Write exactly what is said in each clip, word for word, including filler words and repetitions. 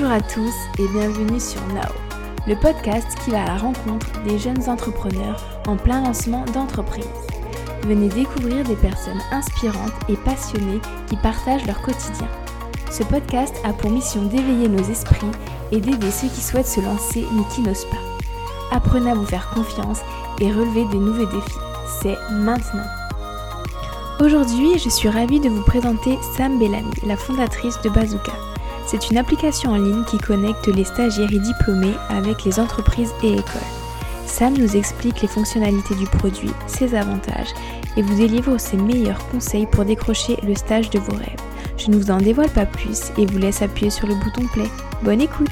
Bonjour à tous et bienvenue sur Now, le podcast qui va à la rencontre des jeunes entrepreneurs en plein lancement d'entreprise. Venez découvrir des personnes inspirantes et passionnées qui partagent leur quotidien. Ce podcast a pour mission d'éveiller nos esprits et d'aider ceux qui souhaitent se lancer mais qui n'osent pas. Apprenez à vous faire confiance et relever des nouveaux défis. C'est maintenant. Aujourd'hui, je suis ravie de vous présenter Sam Bellamy, la fondatrice de Bazooka. C'est une application en ligne qui connecte les stagiaires et diplômés avec les entreprises et écoles. Sam nous explique les fonctionnalités du produit, ses avantages et vous délivre ses meilleurs conseils pour décrocher le stage de vos rêves. Je ne vous en dévoile pas plus et vous laisse appuyer sur le bouton play. Bonne écoute!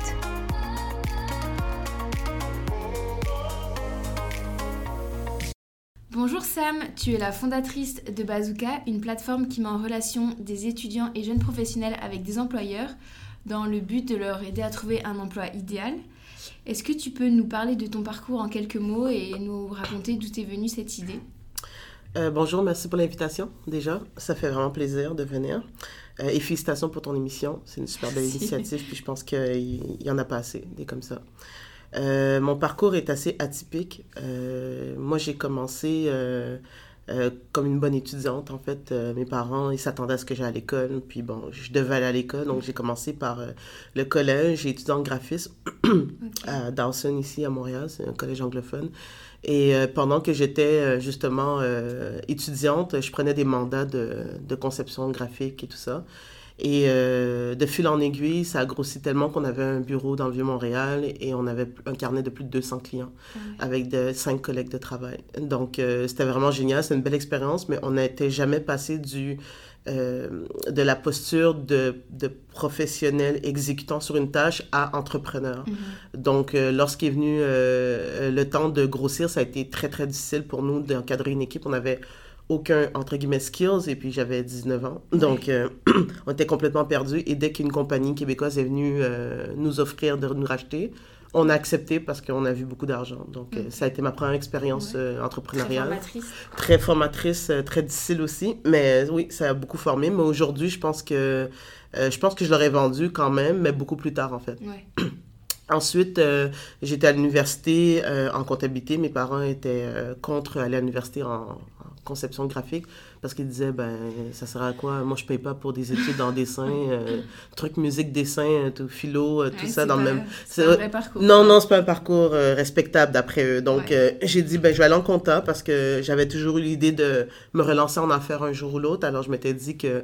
Bonjour Sam, tu es la fondatrice de Bazooka, une plateforme qui met en relation des étudiants et jeunes professionnels avec des employeurs dans le but de leur aider à trouver un emploi idéal. Est-ce que tu peux nous parler de ton parcours en quelques mots et nous raconter d'où est venue cette idée ? Euh, bonjour, merci pour l'invitation déjà. Ça fait vraiment plaisir de venir. Euh, et félicitations pour ton émission. C'est une super belle merci. Initiative, puis je pense qu'il n'y en a pas assez, des comme ça. Euh, mon parcours est assez atypique. Euh, moi, j'ai commencé euh, euh, comme une bonne étudiante. En fait, euh, mes parents, ils s'attendaient à ce que j'aille à l'école. Puis bon, je devais aller à l'école. Donc, j'ai commencé par euh, le collège. J'ai étudié en graphisme okay. à Dawson, ici, à Montréal. C'est un collège anglophone. Et euh, pendant que j'étais euh, justement euh, étudiante, je prenais des mandats de, de conception graphique et tout ça. Et euh, de fil en aiguille, ça a grossi tellement qu'on avait un bureau dans le Vieux-Montréal et on avait un carnet de plus de deux cents clients ouais. avec de, cinq collègues de travail. Donc, euh, c'était vraiment génial, c'est une belle expérience, mais on n'était jamais passé du, euh, de la posture de, de professionnel exécutant sur une tâche à entrepreneur. Mm-hmm. Donc, euh, lorsqu'est venu euh, le temps de grossir, ça a été très, très difficile pour nous d'encadrer une équipe. On avait aucun, entre guillemets, skills, et puis j'avais dix-neuf ans. Donc, euh, on était complètement perdus. Et dès qu'une compagnie québécoise est venue euh, nous offrir de nous racheter, on a accepté parce qu'on a vu beaucoup d'argent. Donc, okay. euh, ça a été ma première expérience ouais. euh, entrepreneuriale. Très formatrice. Très formatrice, euh, très difficile aussi. Mais euh, oui, ça a beaucoup formé. Mais aujourd'hui, je pense que, euh, je pense que je l'aurais vendu quand même, mais beaucoup plus tard, en fait. Ouais. Ensuite, euh, j'étais à l'université euh, en comptabilité. Mes parents étaient euh, contre aller à l'université en, en conception graphique parce qu'ils disaient, ben, ça sert à quoi? Moi, je paye pas pour des études en dessin, euh, trucs, musique, dessin, tout, philo, euh, tout ouais, ça dans pas, le même... C'est, c'est un vrai parcours. Non, non, c'est pas un parcours euh, respectable d'après eux. Donc, ouais. euh, j'ai dit, ben, je vais aller en compta parce que j'avais toujours eu l'idée de me relancer en affaires un jour ou l'autre. Alors, je m'étais dit que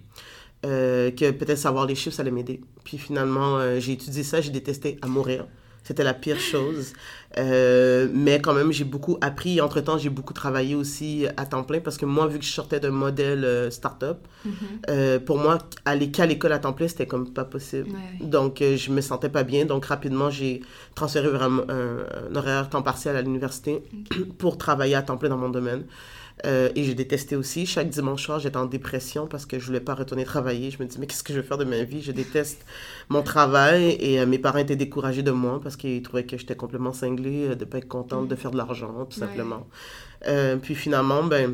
Euh, que peut-être savoir les chiffres, ça allait m'aider. Puis finalement, euh, j'ai étudié ça, j'ai détesté à mourir. C'était la pire chose. Euh, mais quand même, j'ai beaucoup appris. Entre-temps, j'ai beaucoup travaillé aussi à temps plein parce que moi, vu que je sortais d'un modèle euh, start-up, mm-hmm. euh, pour moi, aller qu'à l'école à temps plein, c'était comme pas possible. Ouais. Donc, euh, je me sentais pas bien. Donc, rapidement, j'ai transféré vers un, un, un horaire temps partiel à l'université okay. pour travailler à temps plein dans mon domaine. Euh, et j'ai détesté aussi. Chaque dimanche soir, j'étais en dépression parce que je voulais pas retourner travailler. Je me disais, mais qu'est-ce que je vais faire de ma vie? Je déteste mon travail. Et euh, mes parents étaient découragés de moi parce qu'ils trouvaient que j'étais complètement cinglée, euh, de pas être contente de faire de l'argent, tout ouais. simplement. Euh, puis finalement, ben,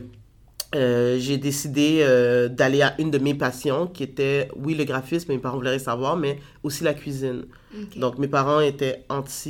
euh, j'ai décidé euh, d'aller à une de mes passions qui était, oui, le graphisme, mes parents voulaient savoir, mais aussi la cuisine. Okay. Donc, mes parents étaient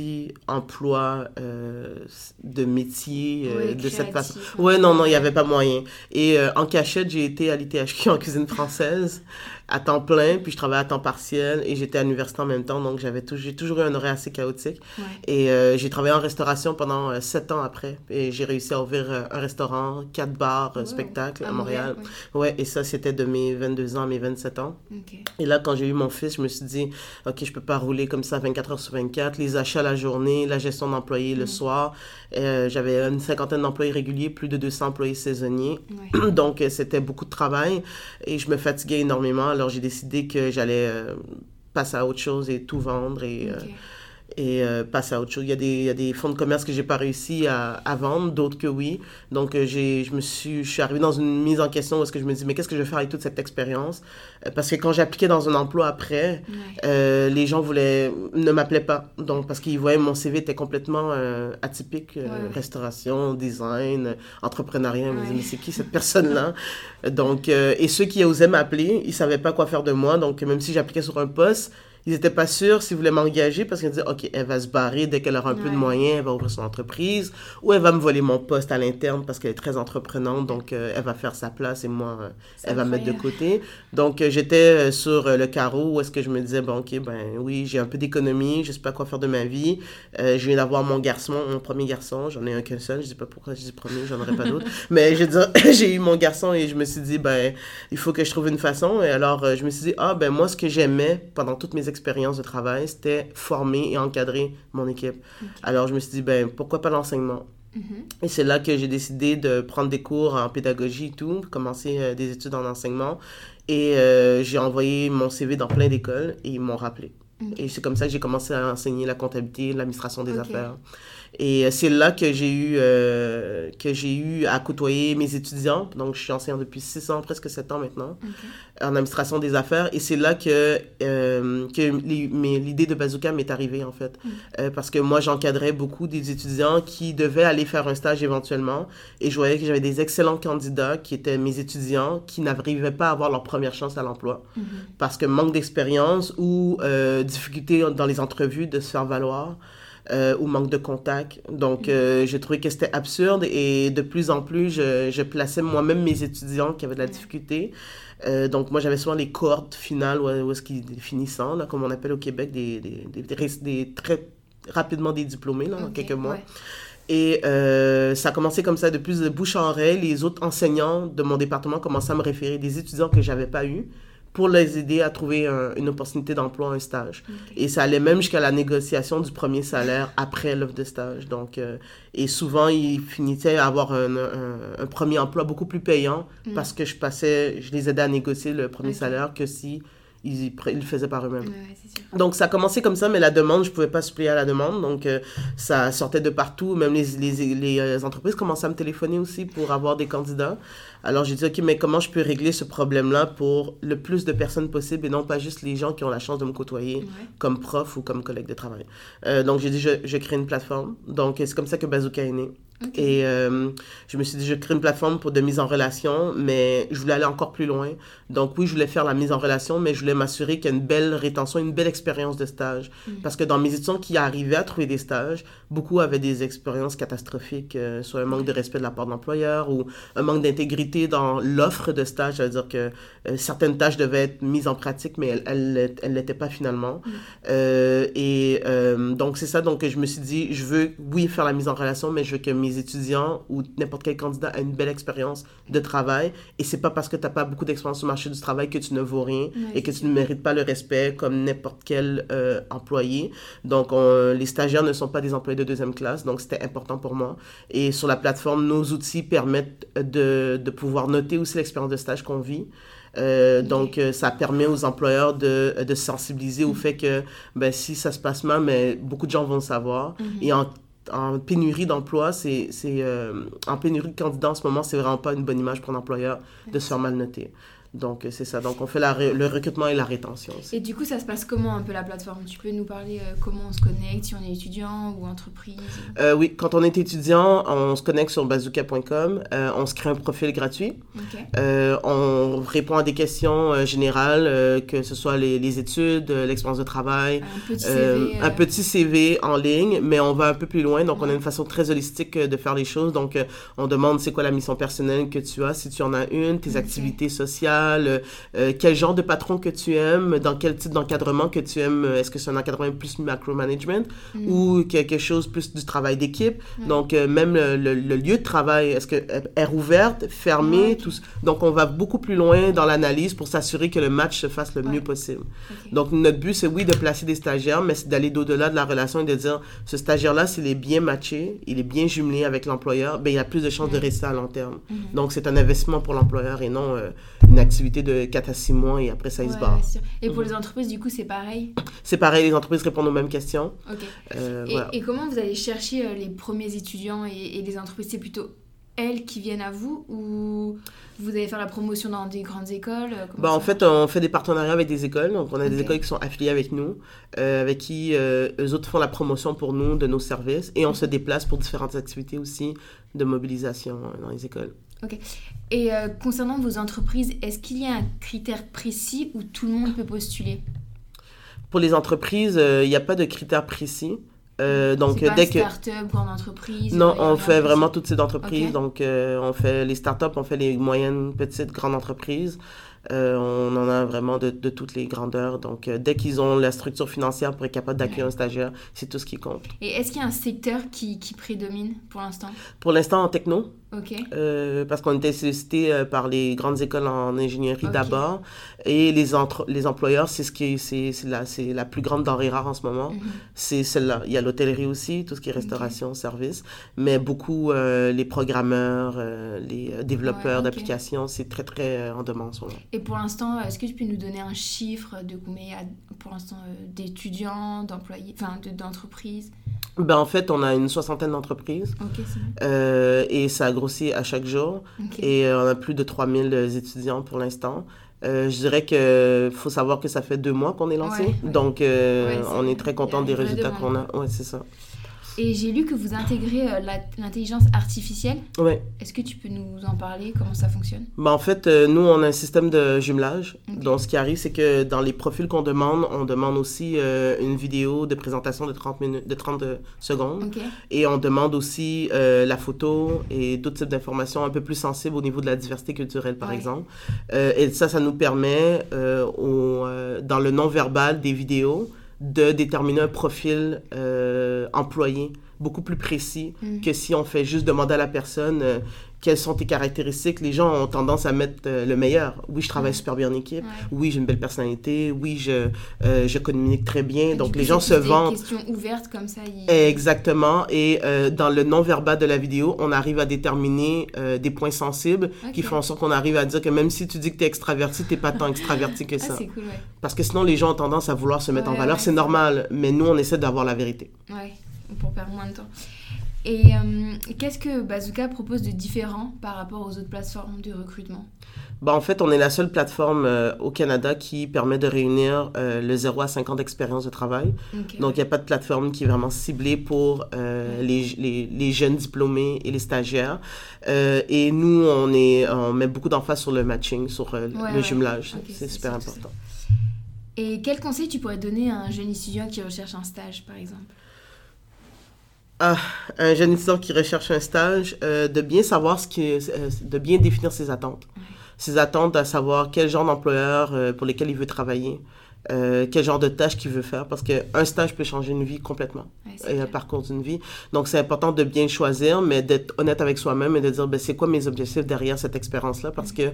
anti-emploi euh, de métier euh, oui, de cette façon. Ouais, non, non, il n'y avait pas moyen. Et euh, en cachette, j'ai été à l'I T H Q en cuisine française à temps plein, puis je travaillais à temps partiel et j'étais à l'université en même temps, donc j'avais tout, j'ai toujours eu un horaire assez chaotique. Ouais. Et euh, j'ai travaillé en restauration pendant euh, sept ans après. Et j'ai réussi à ouvrir euh, un restaurant, quatre bars, oh, spectacles à, à Montréal. Montréal ouais. ouais, et ça, c'était de mes vingt-deux ans à mes vingt-sept ans. Okay. Et là, quand j'ai eu mon fils, je me suis dit, OK, je peux pas rouler comme ça vingt-quatre heures sur vingt-quatre, les achats la journée, la gestion d'employés mmh. le soir. Euh, j'avais une cinquantaine d'employés réguliers, plus de deux cents employés saisonniers. Ouais. Donc, euh, c'était beaucoup de travail et je me fatiguais énormément. Alors, j'ai décidé que j'allais euh, passer à autre chose et tout vendre et, okay. euh, et euh, passer à autre chose. Il y a des, il y a des fonds de commerce que j'ai pas réussi à, à vendre, d'autres que oui. Donc, euh, j'ai, je me suis, je suis arrivée dans une mise en question où est-ce que je me dis, mais qu'est-ce que je vais faire avec toute cette expérience? Euh, parce que quand j'appliquais dans un emploi après, ouais. euh, les gens voulaient, ne m'appelaient pas. Donc, parce qu'ils voyaient mon C V était complètement euh, atypique, euh, ouais. restauration, design, entrepreneuriat. Ils me disaient, mais c'est qui cette personne-là? Donc, euh, et ceux qui osaient m'appeler, ils savaient pas quoi faire de moi. Donc, même si j'appliquais sur un poste, ils étaient pas sûrs s'ils voulaient m'engager parce qu'ils disaient, OK, elle va se barrer dès qu'elle aura un ouais. peu de moyens, elle va ouvrir son entreprise, ou elle va me voler mon poste à l'interne parce qu'elle est très entreprenante, donc euh, elle va faire sa place et moi, euh, elle va me mettre de côté. Donc, euh, j'étais sur euh, le carreau où est-ce que je me disais, bon, OK, ben oui, j'ai un peu d'économie, je sais pas quoi faire de ma vie. Euh, je viens d'avoir mon garçon, mon premier garçon, j'en ai un qu'un seul, je sais pas pourquoi je dis premier, j'en aurais pas d'autre. Mais je veux dire, j'ai eu mon garçon et je me suis dit, ben, il faut que je trouve une façon. Et alors, euh, je me suis dit, ah, ben, moi, ce que j'aimais pendant toutes mes expériences de travail, c'était former et encadrer mon équipe. Okay. Alors, je me suis dit, ben, pourquoi pas l'enseignement? Mm-hmm. Et c'est là que j'ai décidé de prendre des cours en pédagogie et tout, commencer euh, des études en enseignement. Et euh, j'ai envoyé mon C V dans plein d'écoles et ils m'ont rappelé. Okay. Et c'est comme ça que j'ai commencé à enseigner la comptabilité, l'administration des okay. affaires. Et c'est là que j'ai eu euh, que j'ai eu à côtoyer mes étudiants. Donc, je suis enseignante depuis six ans, presque sept ans maintenant, okay. en administration des affaires. Et c'est là que, euh, que les, mes, l'idée de Bazooka m'est arrivée, en fait. Mm. Euh, parce que moi, j'encadrais beaucoup des étudiants qui devaient aller faire un stage éventuellement. Et je voyais que j'avais des excellents candidats qui étaient mes étudiants qui n'arrivaient pas à avoir leur première chance à l'emploi. Mm-hmm. Parce que manque d'expérience ou euh, difficulté dans les entrevues de se faire valoir. Euh, ou manque de contact. Donc, euh, j'ai trouvé que c'était absurde et de plus en plus, je, je plaçais moi-même mes étudiants qui avaient de la difficulté. Euh, donc, moi, j'avais souvent les cohortes finales, où, où est-ce qu'ils finissant, là, comme on appelle au Québec, des, des, des, des, des très rapidement des diplômés, là, okay, en quelques mois. Ouais. Et euh, ça a commencé comme ça, de plus de bouche à oreille. Les autres enseignants de mon département commençaient à me référer des étudiants que je n'avais pas eus, pour les aider à trouver un, une opportunité d'emploi, un stage. Okay. Et ça allait même jusqu'à la négociation du premier salaire après l'offre de stage. Donc, euh, et souvent, ils finissaient à avoir un, un, un premier emploi beaucoup plus payant mm. parce que je passais, je les aidais à négocier le premier okay. salaire que si ils, ils le faisaient par eux-mêmes. Ouais, c'est sûr. Donc, ça a commencé comme ça, mais la demande, je ne pouvais pas suppléer à la demande. Donc, euh, ça sortait de partout. Même les, les, les entreprises commençaient à me téléphoner aussi pour avoir des candidats. Alors, j'ai dit, OK, mais comment je peux régler ce problème-là pour le plus de personnes possible et non pas juste les gens qui ont la chance de me côtoyer ouais. comme prof ou comme collègue de travail. Euh, donc, j'ai dit, je, je crée une plateforme. Donc, c'est comme ça que Bazooka est né. Okay. Et euh, je me suis dit, je crée une plateforme pour de mise en relation, mais je voulais aller encore plus loin. Donc, oui, je voulais faire la mise en relation, mais je voulais m'assurer qu'il y a une belle rétention, une belle expérience de stage. Mm. Parce que dans mes étudiants qui arrivaient à trouver des stages, beaucoup avaient des expériences catastrophiques, euh, soit un manque de respect de la part de l'employeur ou un manque d'intégrité dans l'offre de stage. C'est-à-dire que euh, certaines tâches devaient être mises en pratique, mais elles ne elles, l'étaient pas finalement. Mm. Euh, et euh, donc, c'est ça. Donc, je me suis dit, je veux, oui, faire la mise en relation, mais je veux que mes étudiants ou n'importe quel candidat a une belle expérience de travail. Et c'est pas parce que tu n'as pas beaucoup d'expérience sur le marché du travail que tu ne vaux rien ouais, et que tu sûr. ne mérites pas le respect comme n'importe quel euh, employé. Donc, on, les stagiaires ne sont pas des employés de deuxième classe. Donc, c'était important pour moi. Et sur la plateforme, nos outils permettent de, de pouvoir noter aussi l'expérience de stage qu'on vit. Euh, okay. Donc, euh, ça permet aux employeurs de, de sensibiliser mm-hmm. au fait que ben, si ça se passe mal, mais beaucoup de gens vont le savoir. Mm-hmm. Et en en pénurie d'emploi, c'est, c'est euh, en pénurie de candidats en ce moment, c'est vraiment pas une bonne image pour l'employeur de se faire mal noter. Donc, c'est ça. Donc, on fait la ré- le recrutement et la rétention aussi. Et du coup, ça se passe comment un peu la plateforme? Tu peux nous parler euh, comment on se connecte, si on est étudiant ou entreprise? Euh, oui, quand on est étudiant, on se connecte sur bazooka point com. Euh, on se crée un profil gratuit. Okay. Euh, on répond à des questions euh, générales, euh, que ce soit les, les études, euh, l'expérience de travail. Un petit C V. Euh, un petit C V en ligne, mais on va un peu plus loin. Donc, ouais. on a une façon très holistique de faire les choses. Donc, euh, on demande c'est quoi la mission personnelle que tu as, si tu en as une, tes okay. activités sociales, Euh, euh, quel genre de patron que tu aimes, dans quel type d'encadrement que tu aimes, est-ce que c'est un encadrement plus macro-management mm. ou quelque chose plus du travail d'équipe, mm. donc euh, même le, le, le lieu de travail, est-ce qu'elle est ouverte, fermée, mm. tout ça. Donc on va beaucoup plus loin dans l'analyse pour s'assurer que le match se fasse le ouais. mieux possible. Okay. Donc notre but c'est oui de placer des stagiaires, mais c'est d'aller au-delà de la relation et de dire ce stagiaire-là, s'il est bien matché, il est bien jumelé avec l'employeur, ben il a plus de chances mm. de rester à long terme. Mm. Donc c'est un investissement pour l'employeur et non euh, une activité de quatre à six mois et après ça, il ouais, se barre. Et pour mmh. les entreprises, du coup, c'est pareil? C'est pareil, les entreprises répondent aux mêmes questions. Ok. Euh, et, voilà. et comment vous allez chercher euh, les premiers étudiants et, et les entreprises? C'est plutôt elles qui viennent à vous ou vous allez faire la promotion dans des grandes écoles? Bah, en fait, on fait des partenariats avec des écoles. Donc, on a okay. des écoles qui sont affiliées avec nous, euh, avec qui euh, eux autres font la promotion pour nous de nos services et on se déplace pour différentes activités aussi de mobilisation dans les écoles. Ok. Et euh, concernant vos entreprises, est-ce qu'il y a un critère précis où tout le monde peut postuler? Pour les entreprises, il euh, n'y a pas de critères précis. Euh, donc, c'est pas dès que start-up, grande entreprise. non, on fait précis. vraiment toutes ces entreprises. Okay. Donc, euh, on fait les startups, on fait les moyennes, petites, grandes entreprises. Euh, on en a vraiment de, de toutes les grandeurs. Donc, euh, dès qu'ils ont la structure financière pour être capable d'accueillir ouais. un stagiaire, c'est tout ce qui compte. Et est-ce qu'il y a un secteur qui, qui prédomine pour l'instant? Pour l'instant, en techno. OK. Euh, parce qu'on était sollicité euh, par les grandes écoles en ingénierie okay. d'abord. Et les, entre, les employeurs, c'est, ce qui est, c'est, c'est, la, c'est la plus grande denrée rare en ce moment. Mm-hmm. C'est celle-là. Il y a l'hôtellerie aussi, tout ce qui est restauration, okay. service. Mais beaucoup, euh, les programmeurs, euh, les développeurs ouais, okay. d'applications, c'est très, très euh, en demande en ce moment. Et pour l'instant, est-ce que tu peux nous donner un chiffre de combien il y a pour l'instant euh, d'étudiants, d'employés, enfin de, d'entreprises? Ben, en fait, on a une soixantaine d'entreprises. OK, c'est bon. Euh, et ça grossit à chaque jour. Okay. Et euh, on a plus de trois mille étudiants pour l'instant. Euh, je dirais qu'il faut savoir que ça fait deux mois qu'on est lancé. Ouais, ouais. Donc, euh, ouais, on est très content des résultats qu'on a. Oui, c'est ça. Et j'ai lu que vous intégrez euh, la, l'intelligence artificielle. Oui. Est-ce que tu peux nous en parler? Comment ça fonctionne? Ben, en fait, euh, nous, on a un système de jumelage. Okay. Donc, ce qui arrive, c'est que dans les profils qu'on demande, on demande aussi euh, une vidéo de présentation de trente minutes, de trente secondes. Okay. Et on demande aussi euh, la photo et d'autres types d'informations un peu plus sensibles au niveau de la diversité culturelle, par ouais. exemple. Euh, et ça, ça nous permet, euh, au, euh, dans le non-verbal des vidéos, de déterminer un profil euh, employé beaucoup plus précis mmh. que si on fait juste demander à la personne euh, quelles sont tes caractéristiques. Les gens ont tendance à mettre euh, le meilleur. Oui, je travaille ouais. super bien en équipe. Ouais. Oui, j'ai une belle personnalité. Oui, je, euh, je communique très bien. Et donc, les gens se vendent. Des questions ouvertes comme ça. Il... Exactement. Et euh, dans le non-verbal de la vidéo, on arrive à déterminer euh, des points sensibles okay. qui font en sorte qu'on arrive à dire que même si tu dis que tu es extraverti, tu n'es pas tant extraverti que ça. Ah, c'est cool, ouais. Parce que sinon, les gens ont tendance à vouloir se mettre ouais, en valeur. Ouais, c'est normal. Mais nous, on essaie d'avoir la vérité. Ouais, pour perdre moins de temps. Et euh, qu'est-ce que Bazooka propose de différent par rapport aux autres plateformes de recrutement? Ben, en fait, on est la seule plateforme euh, au Canada qui permet de réunir euh, le zéro à cinq ans d'expérience de travail. Okay. Donc, il n'y a pas de plateforme qui est vraiment ciblée pour euh, ouais. les, les, les jeunes diplômés et les stagiaires. Euh, et nous, on, est, on met beaucoup d'emphase sur le matching, sur euh, ouais, le ouais. jumelage. Okay, c'est, c'est super c'est important. Et quel conseil tu pourrais donner à un jeune étudiant qui recherche un stage, par exemple? Ah, un jeune étudiant qui recherche un stage, euh, de bien savoir ce qui est, euh, de bien définir ses attentes. Ouais. Ses attentes, à savoir quel genre d'employeur euh, pour lesquels il veut travailler, euh, quel genre de tâches qu'il veut faire, parce qu'un stage peut changer une vie complètement, ouais, et un parcours d'une vie. Donc, c'est important de bien choisir, mais d'être honnête avec soi-même et de dire, ben, c'est quoi mes objectifs derrière cette expérience-là, parce que,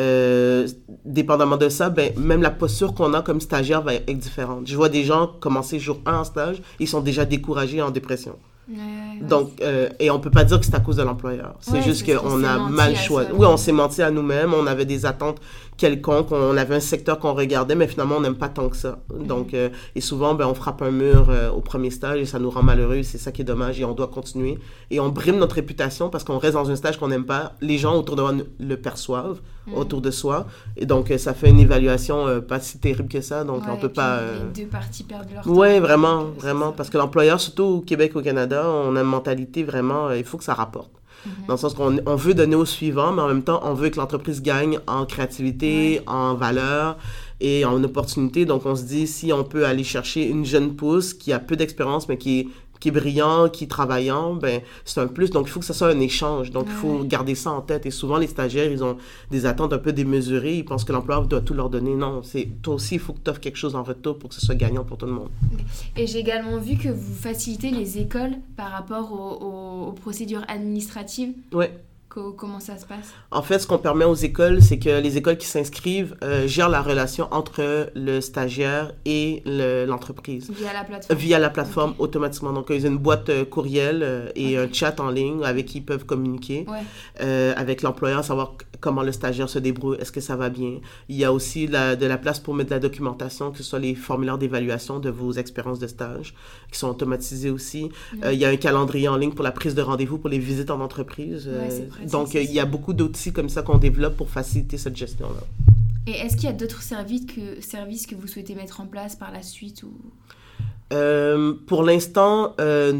euh, dépendamment de ça, ben, même la posture qu'on a comme stagiaire va être différente. Je vois des gens commencer jour un en stage, ils sont déjà découragés en dépression. Ouais, ouais, donc, euh, et on peut pas dire que c'est à cause de l'employeur. C'est ouais, juste c'est qu'on a mal choisi. Oui, on s'est menti à nous-mêmes. On avait des attentes quelconques. On avait un secteur qu'on regardait, mais finalement, on n'aime pas tant que ça. Mm-hmm. Donc, euh, et souvent, ben, on frappe un mur euh, au premier stage et ça nous rend malheureux. C'est ça qui est dommage et on doit continuer. Et on brime notre réputation parce qu'on reste dans un stage qu'on n'aime pas. Les gens autour de nous le perçoivent, mm-hmm. autour de soi. Et donc, euh, ça fait une évaluation euh, pas si terrible que ça. Donc, ouais, on peut pas... Euh... Les deux parties perdent leur temps. Oui, vraiment, donc, vraiment. Parce que l'employeur, surtout au Québec, au Canada, on a une mentalité vraiment, euh, il faut que ça rapporte. Mm-hmm. Dans le sens qu'on on veut donner au suivant, mais en même temps, on veut que l'entreprise gagne en créativité, ouais. en valeur et en opportunité. Donc, on se dit, si on peut aller chercher une jeune pousse qui a peu d'expérience, mais qui est, qui est brillant, qui est travaillant, ben, c'est un plus. Donc, il faut que ça soit un échange. Donc, ouais. il faut garder ça en tête. Et souvent, les stagiaires, ils ont des attentes un peu démesurées. Ils pensent que l'employeur doit tout leur donner. Non, c'est, toi aussi, il faut que tu offres quelque chose en retour pour que ce soit gagnant pour tout le monde. Et j'ai également vu que vous facilitez les écoles par rapport aux, aux, aux procédures administratives. Oui. Comment ça se passe? En fait, ce qu'on permet aux écoles, c'est que les écoles qui s'inscrivent euh, gèrent la relation entre le stagiaire et le, l'entreprise. Via la plateforme? Via la plateforme, okay. automatiquement. Donc, ils ont une boîte euh, courriel euh, et okay. un chat en ligne avec qui ils peuvent communiquer ouais. euh, avec l'employeur, savoir comment le stagiaire se débrouille, est-ce que ça va bien. Il y a aussi la, de la place pour mettre de la documentation, que ce soit les formulaires d'évaluation de vos expériences de stage, qui sont automatisés aussi. Mmh. Euh, il y a un calendrier en ligne pour la prise de rendez-vous pour les visites en entreprise. Ouais, c'est pratique, donc, c'est il y a beaucoup d'outils comme ça qu'on développe pour faciliter cette gestion-là. Et est-ce qu'il y a d'autres services que, services que vous souhaitez mettre en place par la suite ou... euh, Pour l'instant, euh,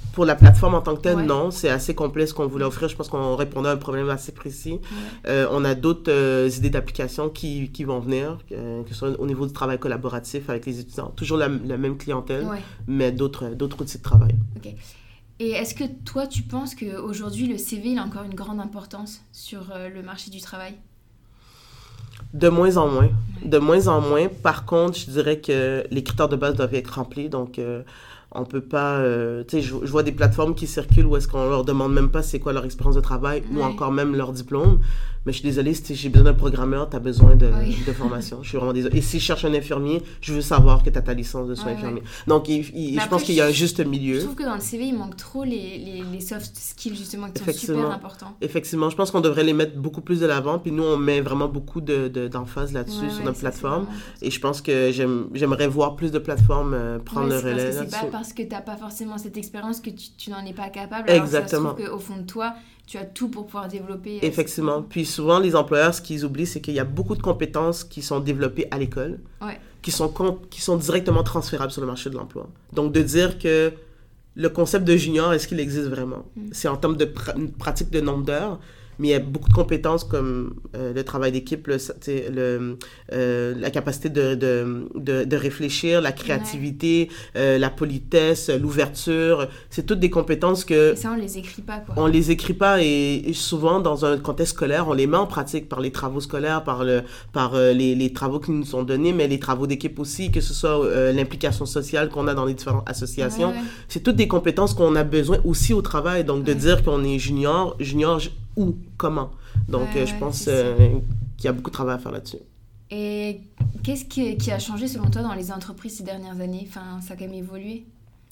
Pour la plateforme en tant que telle, Ouais. non, c'est assez complet ce qu'on voulait offrir. Je pense qu'on répondait à un problème assez précis. Ouais. Euh, on a d'autres euh, idées d'applications qui, qui vont venir, euh, que ce soit au niveau du travail collaboratif avec les étudiants. Toujours la, la même clientèle, ouais. mais d'autres, d'autres outils de travail. OK. Et est-ce que toi, tu penses qu'aujourd'hui, le C V il a encore une grande importance sur euh, le marché du travail? De moins en moins. Ouais. De moins en moins. Par contre, je dirais que les critères de base doivent être remplis. Donc, euh, on peut pas... Euh, tu sais, je, je vois des plateformes qui circulent où est-ce qu'on leur demande même pas c'est quoi leur expérience de travail ouais. ou encore même leur diplôme. Mais je suis désolée, si j'ai besoin d'un programmeur, tu as besoin de, oui. de formation. Je suis vraiment désolée. Et si je cherche un infirmier, je veux savoir que tu as ta licence de soins ouais, infirmiers. Ouais. Donc, il, il, je après, pense qu'il y a un juste milieu. Je trouve que dans le C V, il manque trop les, les, les soft skills, justement, qui sont super importants. Effectivement. Je pense qu'on devrait les mettre beaucoup plus de l'avant. Puis nous, on met vraiment beaucoup de, de, d'emphase là-dessus ouais, sur ouais, notre plateforme. Et je pense que j'aime, j'aimerais voir plus de plateformes euh, prendre ouais, le relais parce que là-dessus. C'est pas parce que tu n'as pas forcément cette expérience que tu, tu n'en es pas capable. Alors exactement. Ça se trouve qu'au fond de toi, tu as tout pour pouvoir développer. Effectivement. Puis souvent, les employeurs, ce qu'ils oublient, c'est qu'il y a beaucoup de compétences qui sont développées à l'école, ouais. qui sont, qui sont directement transférables sur le marché de l'emploi. Donc, de dire que le concept de junior, est-ce qu'il existe vraiment? Mm. C'est en termes de pra- pratique de nombre d'heures, mais il y a beaucoup de compétences comme euh, le travail d'équipe, le, le, euh, la capacité de, de, de, de réfléchir, la créativité, ouais. euh, la politesse, l'ouverture. C'est toutes des compétences que... Et ça, on les écrit pas, quoi. On les écrit pas et, et souvent, dans un contexte scolaire, on les met en pratique par les travaux scolaires, par, le, par euh, les, les travaux qui nous sont donnés, mais les travaux d'équipe aussi, que ce soit euh, l'implication sociale qu'on a dans les différentes associations. Ouais, ouais. C'est toutes des compétences qu'on a besoin aussi au travail. Donc, de ouais. dire qu'on est junior, junior... Où, comment. Donc, ouais, euh, je ouais, pense euh, qu'il y a beaucoup de travail à faire là-dessus. Et qu'est-ce qui, qui a changé, selon toi, dans les entreprises ces dernières années? Enfin, ça a quand même évolué?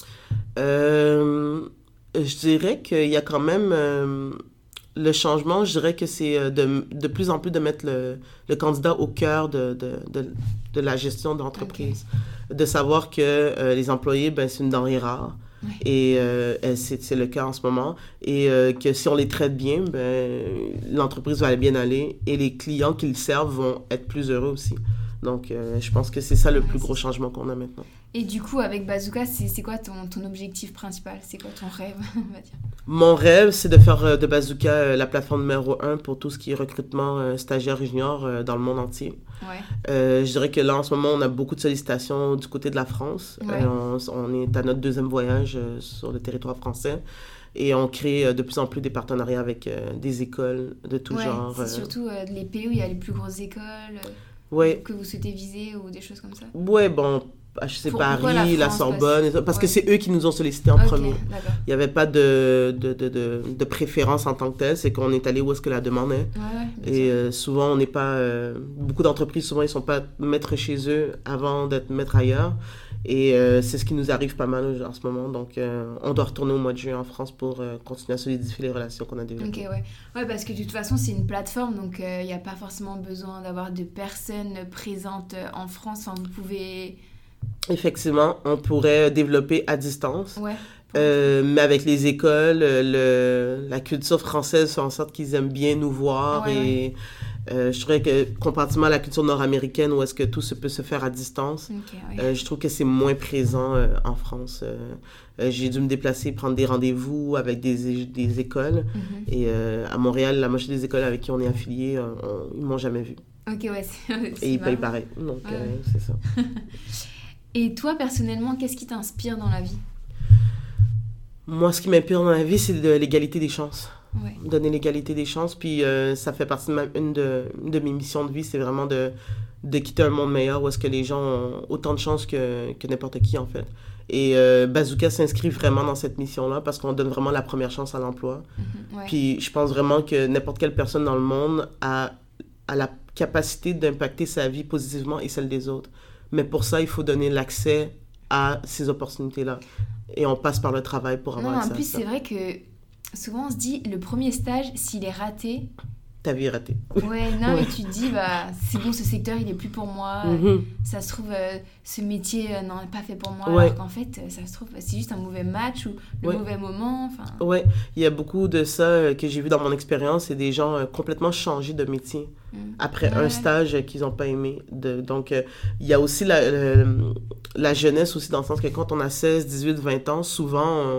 Euh, je dirais qu'il y a quand même... Euh, le changement, je dirais que c'est de, de plus en plus de mettre le, le candidat au cœur de, de, de, de la gestion d'entreprise. Okay. De savoir que euh, les employés, ben, c'est une denrée rare. Ouais. Et euh, c'est, c'est le cas en ce moment. Et euh, que si on les traite bien, ben, l'entreprise va bien aller et les clients qui le servent vont être plus heureux aussi. Donc, euh, je pense que c'est ça le ouais, plus gros changement qu'on a maintenant. Et du coup, avec Bazooka, c'est, c'est quoi ton, ton objectif principal? C'est quoi ton rêve, on va dire? Mon rêve, c'est de faire de Bazooka euh, la plateforme numéro un pour tout ce qui est recrutement euh, stagiaire junior euh, dans le monde entier. Ouais. Euh, je dirais que là, en ce moment, on a beaucoup de sollicitations du côté de la France. Ouais. Euh, on, on est à notre deuxième voyage euh, sur le territoire français. Et on crée euh, de plus en plus des partenariats avec euh, des écoles de tout ouais, genre. C'est euh... surtout euh, les P E, il y a les plus grosses écoles euh, ouais. que vous souhaitez viser ou des choses comme ça. Ouais, bon... je sais, pour, Paris, la, France, la Sorbonne, parce, parce ouais. que c'est eux qui nous ont sollicité en okay, premier. D'accord. Il n'y avait pas de, de, de, de, de préférence en tant que telle, c'est qu'on est allé où est-ce que la demande est. Ouais, et euh, souvent, on n'est pas... Euh, beaucoup d'entreprises, souvent, ils ne sont pas maîtres chez eux avant d'être maîtres ailleurs. Et euh, c'est ce qui nous arrive pas mal en ce moment. Donc, euh, on doit retourner au mois de juin en France pour euh, continuer à solidifier les relations qu'on a développées. Ok, ouais. Ouais, parce que de toute façon, c'est une plateforme, donc il euh, n'y a pas forcément besoin d'avoir de personnes présentes en France. Enfin, vous pouvez... Effectivement, on pourrait développer à distance, ouais, euh, mais avec les écoles, le, la culture française fait en sorte qu'ils aiment bien nous voir ouais, et ouais. Euh, je trouvais que comparativement à la culture nord-américaine où est-ce que tout se peut se faire à distance, okay, ouais. euh, je trouve que c'est moins présent euh, en France. Euh, euh, j'ai dû me déplacer, prendre des rendez-vous avec des, des écoles mm-hmm. et euh, à Montréal, la moitié des écoles avec qui on est affiliés, euh, on, ils m'ont jamais vu. Ok, ouais, c'est, c'est et ils payent pareil, donc ouais, euh, ouais. c'est ça. Et toi, personnellement, qu'est-ce qui t'inspire dans la vie? Moi, ce qui m'inspire dans la vie, c'est de l'égalité des chances. Ouais. Donner l'égalité des chances. Puis euh, ça fait partie de ma, une, de, une de mes missions de vie, c'est vraiment de, de quitter un monde meilleur où est-ce que les gens ont autant de chances que, que n'importe qui, en fait. Et euh, Bazooka s'inscrit vraiment dans cette mission-là parce qu'on donne vraiment la première chance à l'emploi. Mm-hmm, ouais. Puis je pense vraiment que n'importe quelle personne dans le monde a, a la capacité d'impacter sa vie positivement et celle des autres. Mais pour ça, il faut donner l'accès à ces opportunités-là. Et on passe par le travail pour avoir non, accès à ça. En plus, ça. c'est vrai que souvent, on se dit, le premier stage, s'il est raté... Ta vie est ratée. Ouais, non, ouais. mais tu te dis, bah, c'est bon, ce secteur, il est plus pour moi. Mm-hmm. Ça se trouve, euh, ce métier, euh, non, n'est pas fait pour moi. Ouais. Alors qu'en fait, ça se trouve, c'est juste un mauvais match ou le ouais. mauvais moment. Ouais, il y a beaucoup de ça euh, que j'ai vu dans mon expérience. C'est des gens euh, complètement changés de métier mm. après ouais. un stage euh, qu'ils n'ont pas aimé. De, donc, il euh, y a aussi la, euh, la jeunesse aussi, dans le sens que quand on a seize, dix-huit, vingt ans, souvent, on,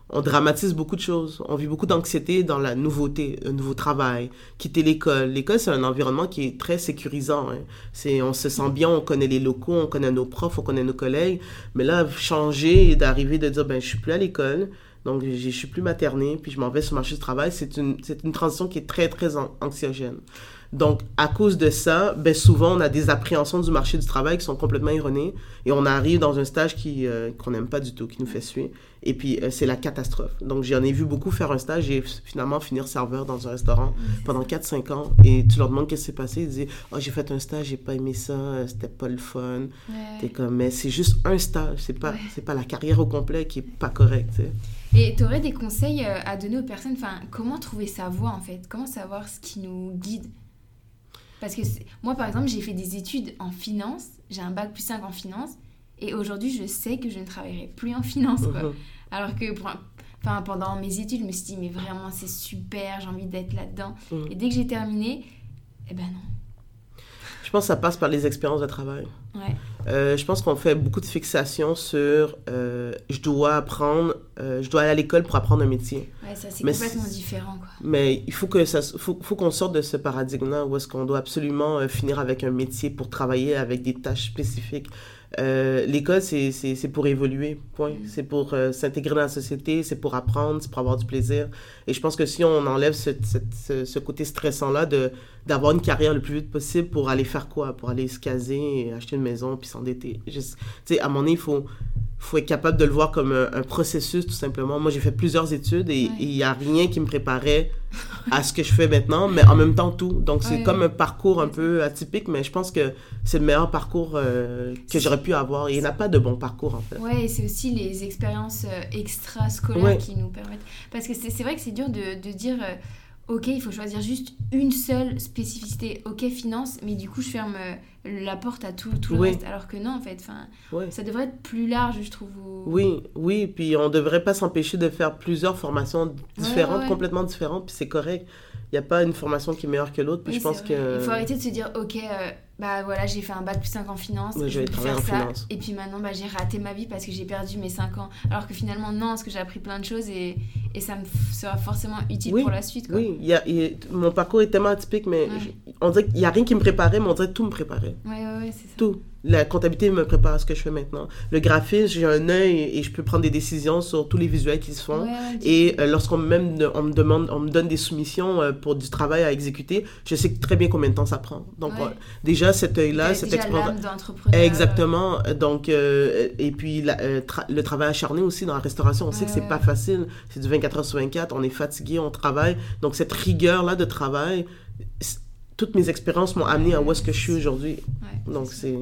on dramatise beaucoup de choses. On vit beaucoup d'anxiété dans la nouveauté, un nouveau travail, quitter l'école. L'école, c'est un environnement qui est très sécurisant. Hein. C'est, on se sent bien, on connaît les locaux, on connaît nos profs, on connaît nos collègues. Mais là, changer et d'arriver de dire, ben, je suis plus à l'école, donc je suis plus maternée, puis je m'en vais sur le marché du travail, c'est une, c'est une transition qui est très, très anxiogène. Donc, à cause de ça, ben souvent, on a des appréhensions du marché du travail qui sont complètement erronées et on arrive dans un stage qui, euh, qu'on n'aime pas du tout, qui nous fait suer. Et puis, euh, c'est la catastrophe. Donc, j'en ai vu beaucoup faire un stage et finalement finir serveur dans un restaurant pendant quatre à cinq ans. Et tu leur demandes qu'est-ce qui s'est passé. Ils disent « Oh, j'ai fait un stage, j'ai pas aimé ça, c'était pas le fun. Ouais. » T'es comme « Mais c'est juste un stage, c'est pas, ouais. c'est pas la carrière au complet qui est pas correcte. » Et tu aurais des conseils à donner aux personnes, enfin, comment trouver sa voie en fait? Comment savoir ce qui nous guide? Parce que moi, par exemple, j'ai fait des études en finance, j'ai un bac plus cinq en finance, et aujourd'hui, je sais que je ne travaillerai plus en finance, quoi. Uh-huh. Alors que pour, enfin, pendant mes études, je me suis dit, mais vraiment, c'est super, j'ai envie d'être là-dedans. Uh-huh. Et dès que j'ai terminé, eh ben non. Je pense que ça passe par les expériences de travail. Ouais. Euh, je pense qu'on fait beaucoup de fixation sur euh, je dois apprendre, euh, je dois aller à l'école pour apprendre un métier. Ouais, ça c'est mais complètement c'est, différent, quoi. Mais il faut que ça, faut, faut qu'on sorte de ce paradigme-là où est-ce qu'on doit absolument euh, finir avec un métier pour travailler avec des tâches spécifiques. Euh, l'école, c'est, c'est, c'est pour évoluer, point. Mm. C'est pour euh, s'intégrer dans la société, c'est pour apprendre, c'est pour avoir du plaisir. Et je pense que si on enlève ce, ce, ce, ce côté stressant-là de, d'avoir une carrière le plus vite possible pour aller faire quoi? Pour aller se caser, acheter une maison, puis s'endetter. Tu sais, à un moment donné, il faut, faut être capable de le voir comme un, un processus, tout simplement. Moi, j'ai fait plusieurs études et il n'y a rien qui me préparait à ce que je fais maintenant, mais en même temps, tout. Donc, c'est ouais. comme un parcours un peu atypique, mais je pense que c'est le meilleur parcours euh, que j'aurais pu avoir. Et il n'y en a pas de bon parcours, en fait. Ouais, et c'est aussi les expériences euh, extrascolaires ouais. qui nous permettent... Parce que c'est, c'est vrai que c'est dur de, de dire... Euh, ok, il faut choisir juste une seule spécificité. Ok, finance, mais du coup, je ferme euh, la porte à tout, tout le oui. reste. Alors que non, en fait, ouais. ça devrait être plus large, je trouve. Ou... Oui, oui, puis on ne devrait pas s'empêcher de faire plusieurs formations différentes, ouais, ouais. complètement différentes, puis c'est correct. Il n'y a pas une formation qui est meilleure que l'autre, puis oui, je pense que... Il faut arrêter de se dire, ok, euh, bah voilà, j'ai fait un bac plus cinq en finance, oui, je vais faire en ça, finance. Et puis maintenant, bah, j'ai raté ma vie parce que j'ai perdu mes cinq ans. Alors que finalement, non, parce que j'ai appris plein de choses et, et ça me f- sera forcément utile oui, pour la suite, quoi. Oui, y a, y a, mon parcours est tellement atypique, mais ouais. je, on dirait qu'il n'y a rien qui me préparait, mais on dirait que tout me préparait. Oui, oui, oui, c'est ça. Tout. La comptabilité me prépare à ce que je fais maintenant. Le graphisme, j'ai un œil et je peux prendre des décisions sur tous les visuels qui se font. Ouais, ouais, et euh, lorsqu'on même, on me demande, on me donne des soumissions euh, pour du travail à exécuter, je sais très bien combien de temps ça prend. Donc, ouais. euh, déjà, cet œil-là, cette expérience... Déjà l'âme d'entrepreneur. Exactement. Donc, euh, et puis, la, euh, tra- le travail acharné aussi dans la restauration, on ouais, sait que c'est ouais. pas facile. C'est du vingt-quatre heures sur vingt-quatre, on est fatigué, on travaille. Donc, cette rigueur-là de travail, toutes mes expériences m'ont amené à où est-ce que je suis aujourd'hui. Ouais, Donc, c'est...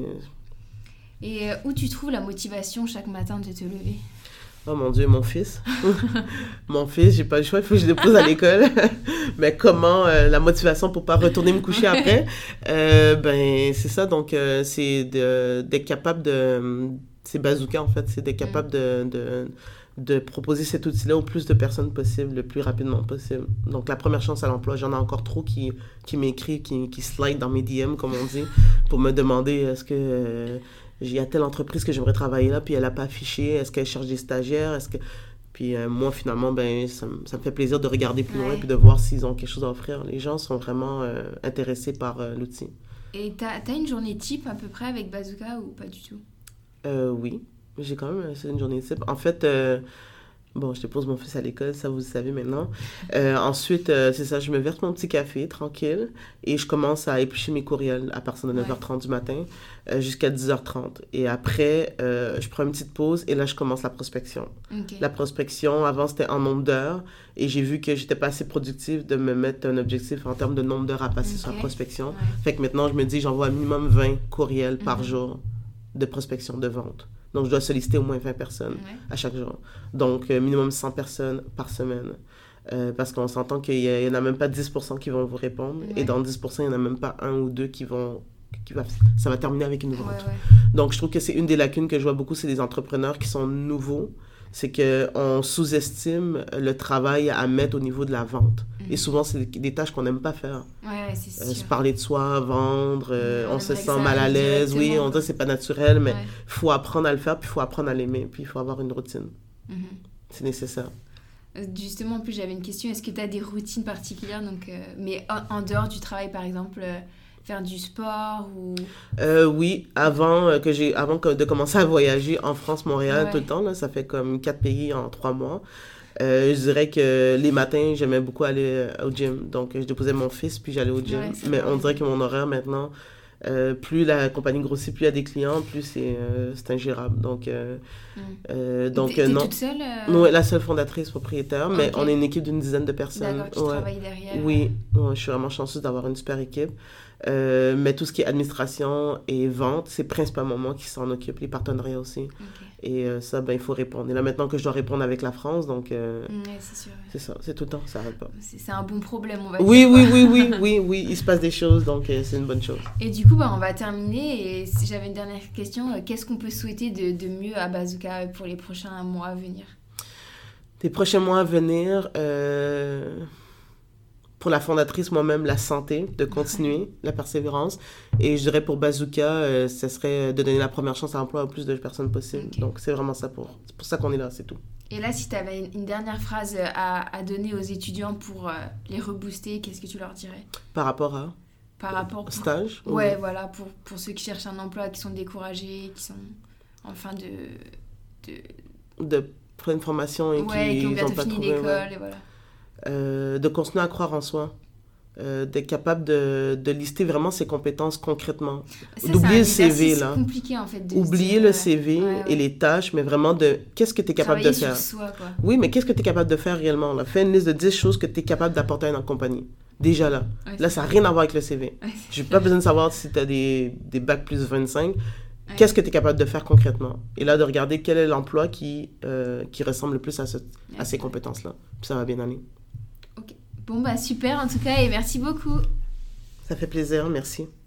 Et où tu trouves la motivation chaque matin de te lever? Oh mon Dieu, mon fils. Mon fils, j'ai pas le choix, il faut que je le dépose à l'école. Mais comment euh, la motivation pour pas retourner me coucher après? Euh, ben, c'est ça, donc euh, c'est de, d'être capable de... C'est bazooka, en fait, c'est d'être capable de... de de proposer cet outil-là au plus de personnes possible, le plus rapidement possible. Donc, la première chance à l'emploi, j'en ai encore trop qui, qui m'écrivent, qui, qui slide dans mes D M, comme on dit, pour me demander est-ce que euh, il y a telle entreprise que j'aimerais travailler là, puis elle n'a pas affiché, est-ce qu'elle cherche des stagiaires, est-ce que... Puis euh, moi, finalement, ben, ça, ça me fait plaisir de regarder plus ouais. loin, puis de voir s'ils ont quelque chose à offrir. Les gens sont vraiment euh, intéressés par euh, l'outil. Et t'as, t'as une journée type à peu près avec Bazooka ou pas du tout? Euh, oui. J'ai quand même c'est une journée type. En fait, euh, bon, je dépose mon fils à l'école, ça vous le savez maintenant. Euh, ensuite, euh, c'est ça, je me verse mon petit café, tranquille, et je commence à éplucher mes courriels à partir de neuf heures trente ouais. du matin euh, jusqu'à dix heures trente. Et après, euh, je prends une petite pause et là, je commence la prospection. Okay. La prospection, avant, c'était en nombre d'heures et j'ai vu que j'étais pas assez productive de me mettre un objectif en termes de nombre d'heures à passer okay. sur la prospection. Ouais. Fait que maintenant, je me dis, j'envoie minimum vingt courriels mm-hmm. par jour de prospection, de vente. Donc, je dois solliciter au moins vingt personnes ouais. à chaque jour. Donc, euh, minimum cent personnes par semaine. Euh, parce qu'on s'entend qu'il n'y en a même pas dix pour cent qui vont vous répondre. Ouais. Et dans dix pour cent, il n'y en a même pas un ou deux qui vont... Qui va, ça va terminer avec une vente. Ouais, ouais. Donc, je trouve que c'est une des lacunes que je vois beaucoup, c'est des entrepreneurs qui sont nouveaux. C'est qu'on sous-estime le travail à mettre au niveau de la vente. Mm-hmm. Et souvent, c'est des, des tâches qu'on n'aime pas faire. Ouais, c'est sûr. Euh, se parler de soi, vendre, euh, on, on se sent mal à l'aise. Oui, on dit que c'est pas naturel, mais il ouais. faut apprendre à le faire, puis il faut apprendre à l'aimer, puis il faut avoir une routine. Mm-hmm. C'est nécessaire. Justement, en plus, j'avais une question. Est-ce que tu as des routines particulières, donc, euh, mais en, en dehors du travail, par exemple, euh, faire du sport ou... Euh, oui, avant, euh, que j'ai, avant que, de commencer à voyager en France, Montréal, Ouais. tout le temps, là, ça fait comme quatre pays en trois mois. Euh, je dirais que les matins, j'aimais beaucoup aller euh, au gym. Donc, je déposais mon fils, puis j'allais au gym. Ouais, c'est Mais vrai. on dirait que mon horaire maintenant, euh, plus la compagnie grossit, plus il y a des clients, plus c'est, euh, c'est ingérable. Donc, euh, Mm. euh, donc T'es, euh, t'es non. toute seule euh... Non, la seule fondatrice propriétaire, mais Ok. on est une équipe d'une dizaine de personnes. D'accord, tu Ouais. travailles derrière. Oui, ouais, je suis vraiment chanceuse d'avoir une super équipe. Euh, mais tout ce qui est administration et vente, c'est principalement moi qui s'en occupe, les partenariats aussi. Ok. Et euh, ça, ben, il faut répondre. Et là, maintenant que je dois répondre avec la France, donc euh, Mm, ouais, c'est sûr. Ouais. c'est ça, c'est tout le temps, ça n'arrête pas. C'est, c'est un bon problème, on va Oui, dire. oui, quoi. oui, oui, oui, oui, il se passe des choses, donc euh, c'est une bonne chose. Et du coup, bah, on va terminer. Et si j'avais une dernière question, euh, qu'est-ce qu'on peut souhaiter de, de mieux à Bazooka pour les prochains mois à venir? Les prochains mois à venir, euh, pour la fondatrice, moi-même, la santé, de continuer, la persévérance. Et je dirais pour Bazooka, euh, ce serait de donner la première chance à l'emploi à plus de personnes possible. Ok. Donc c'est vraiment ça pour, c'est pour ça qu'on est là, c'est tout. Et là, si tu avais une, une dernière phrase à, à donner aux étudiants pour euh, les rebooster, qu'est-ce que tu leur dirais Par rapport à par rapport... Pour... stage? Ouais, ou... voilà, pour, pour ceux qui cherchent un emploi, qui sont découragés, qui sont en fin de... de... De pleine formation et Ouais, qui qui ont n'ont bientôt pas fini trouvé. l'école, Ouais. et voilà. Euh, de continuer à croire en soi. Euh, d'être capable de, de lister vraiment ses compétences concrètement. Ça, D'oublier c'est un le C V, exercice là. compliqué, en fait, de se Oublier dire, le euh, C V ouais, ouais. et les tâches, mais vraiment de qu'est-ce que tu es capable Travailler de faire. sur soi, quoi. Oui, mais qu'est-ce que tu es capable de faire réellement? Là? Fais une liste de dix choses que tu es capable d'apporter à une compagnie. Déjà là. Ouais, Là, c'est ça n'a vrai. rien à voir avec le C V. Ouais, J'ai pas besoin de savoir si tu as des, des bacs plus vingt-cinq. Ouais. Qu'est-ce que tu es capable de faire concrètement? Et là, de regarder quel est l'emploi qui, euh, qui ressemble le plus à, ce, Ouais, à ces compétences-là. Puis ça va bien aller. Ok. Bon, bah super, en tout cas, et merci beaucoup. Ça fait plaisir, merci.